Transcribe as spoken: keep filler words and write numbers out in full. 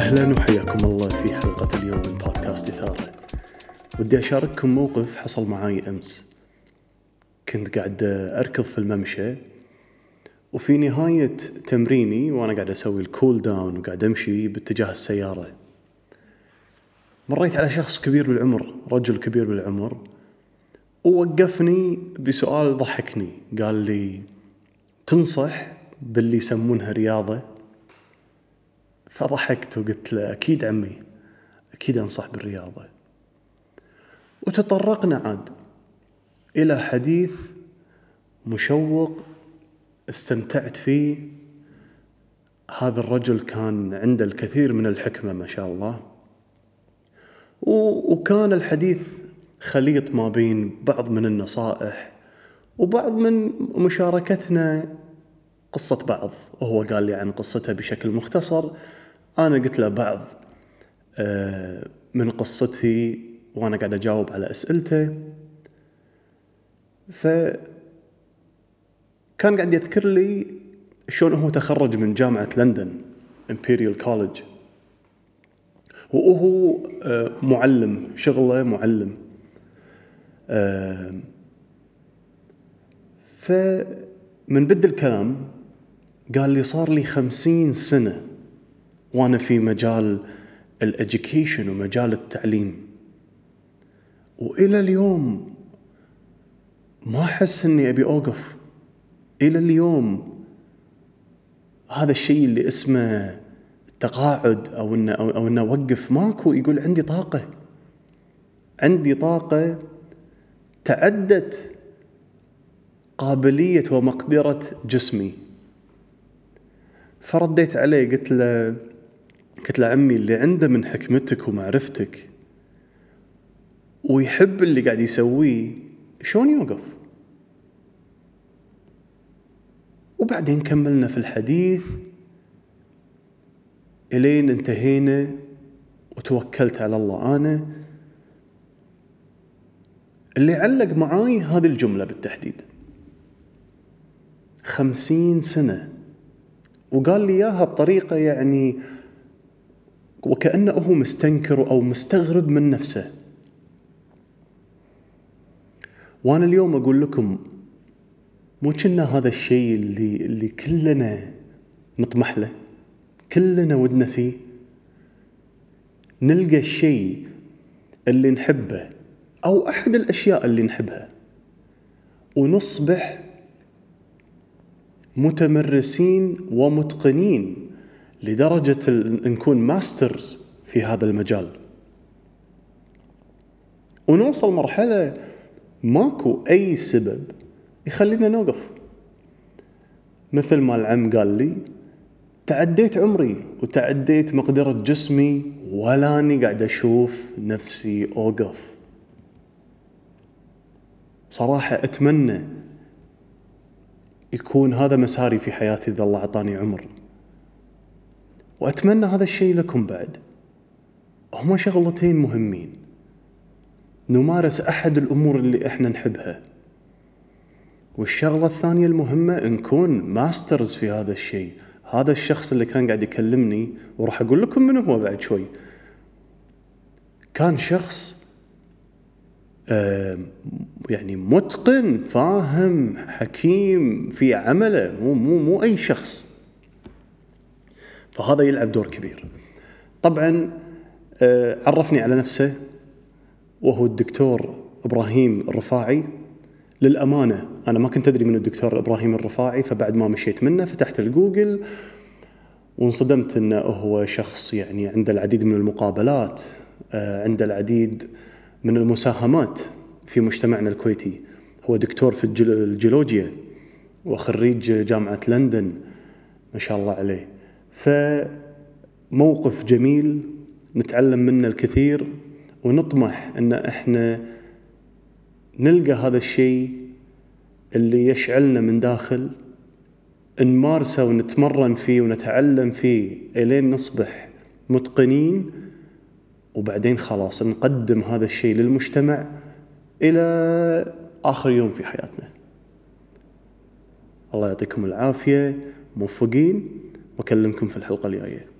أهلا وحياكم الله في حلقة اليوم من بودكاست إثارة. ودي أشارككم موقف حصل معاي أمس. كنت قاعد أركض في الممشى، وفي نهاية تمريني وأنا قاعد أسوي الكول داون وقاعد أمشي باتجاه السيارة، مريت على شخص كبير بالعمر، رجل كبير بالعمر، ووقفني بسؤال ضحكني. قال لي: تنصح باللي يسمونها رياضة؟ فضحكت وقلت له: أكيد عمي، أكيد أنصح بالرياضة. وتطرقنا عاد إلى حديث مشوق استمتعت فيه. هذا الرجل كان عنده الكثير من الحكمة ما شاء الله، وكان الحديث خليط ما بين بعض من النصائح وبعض من مشاركتنا قصة بعض. وهو قال لي عن قصته بشكل مختصر، أنا قلت له بعض من قصتي وأنا قاعد أجاوب على أسئلته. فكان قاعد يذكر لي شلون هو تخرج من جامعة لندن إمبيريال كوليج، وهو معلم، شغله معلم. فمن بدء الكلام قال لي: صار لي خمسين سنة وأنا في مجال الإديوكيشن ومجال التعليم، وإلى اليوم ما أحس أني أبي أوقف. إلى اليوم هذا الشيء اللي اسمه التقاعد أو أنه أو أنه أوقف ماكو. يقول: عندي طاقة، عندي طاقة تعدت قابلية ومقدرة جسمي. فرديت عليه قلت له قلت له عمي، اللي عنده من حكمتك ومعرفتك ويحب اللي قاعد يسويه شلون يوقف؟ وبعدين كملنا في الحديث إلين انتهينا وتوكلت على الله. أنا اللي علق معاي هذه الجملة بالتحديد، خمسين سنة، وقال لي إياها بطريقة يعني وكأنه هو مستنكر أو مستغرب من نفسه. وأنا اليوم أقول لكم، مو كنا هذا الشيء اللي اللي كلنا نطمح له، كلنا ودنا فيه، نلقى الشيء اللي نحبه أو أحد الأشياء اللي نحبها ونصبح متمرسين ومتقنين لدرجة نكون ماسترز في هذا المجال، ونوصل مرحلة ماكو أي سبب يخلينا نوقف. مثل ما العم قال لي: تعديت عمري وتعديت مقدرة جسمي ولاني قاعد أشوف نفسي أوقف. صراحة أتمنى يكون هذا مساري في حياتي إذا الله عطاني عمر، وأتمنى هذا الشيء لكم بعد. هما شغلتين مهمين: نمارس أحد الأمور اللي إحنا نحبها، والشغلة الثانية المهمة نكون ماسترز في هذا الشيء. هذا الشخص اللي كان قاعد يكلمني، وراح أقول لكم منه هو بعد شوي، كان شخص آه يعني متقن، فاهم، حكيم في عمله، مو مو مو أي شخص. فهذا يلعب دور كبير. طبعا آه عرفني على نفسه، وهو الدكتور إبراهيم الرفاعي. للأمانة أنا ما كنت أدري من الدكتور إبراهيم الرفاعي، فبعد ما مشيت منه فتحت الجوجل وانصدمت أنه هو شخص يعني عنده العديد من المقابلات، آه عنده العديد من المساهمات في مجتمعنا الكويتي. هو دكتور في الجيولوجيا وخريج جامعة لندن ما شاء الله عليه. فموقف جميل نتعلم منه الكثير، ونطمح أن إحنا نلقى هذا الشيء اللي يشعلنا من داخل، نمارسه ونتمرن فيه ونتعلم فيه إلين نصبح متقنين، وبعدين خلاص نقدم هذا الشيء للمجتمع إلى آخر يوم في حياتنا. الله يعطيكم العافية، موفقين، وأكلمكم في الحلقة الجاية.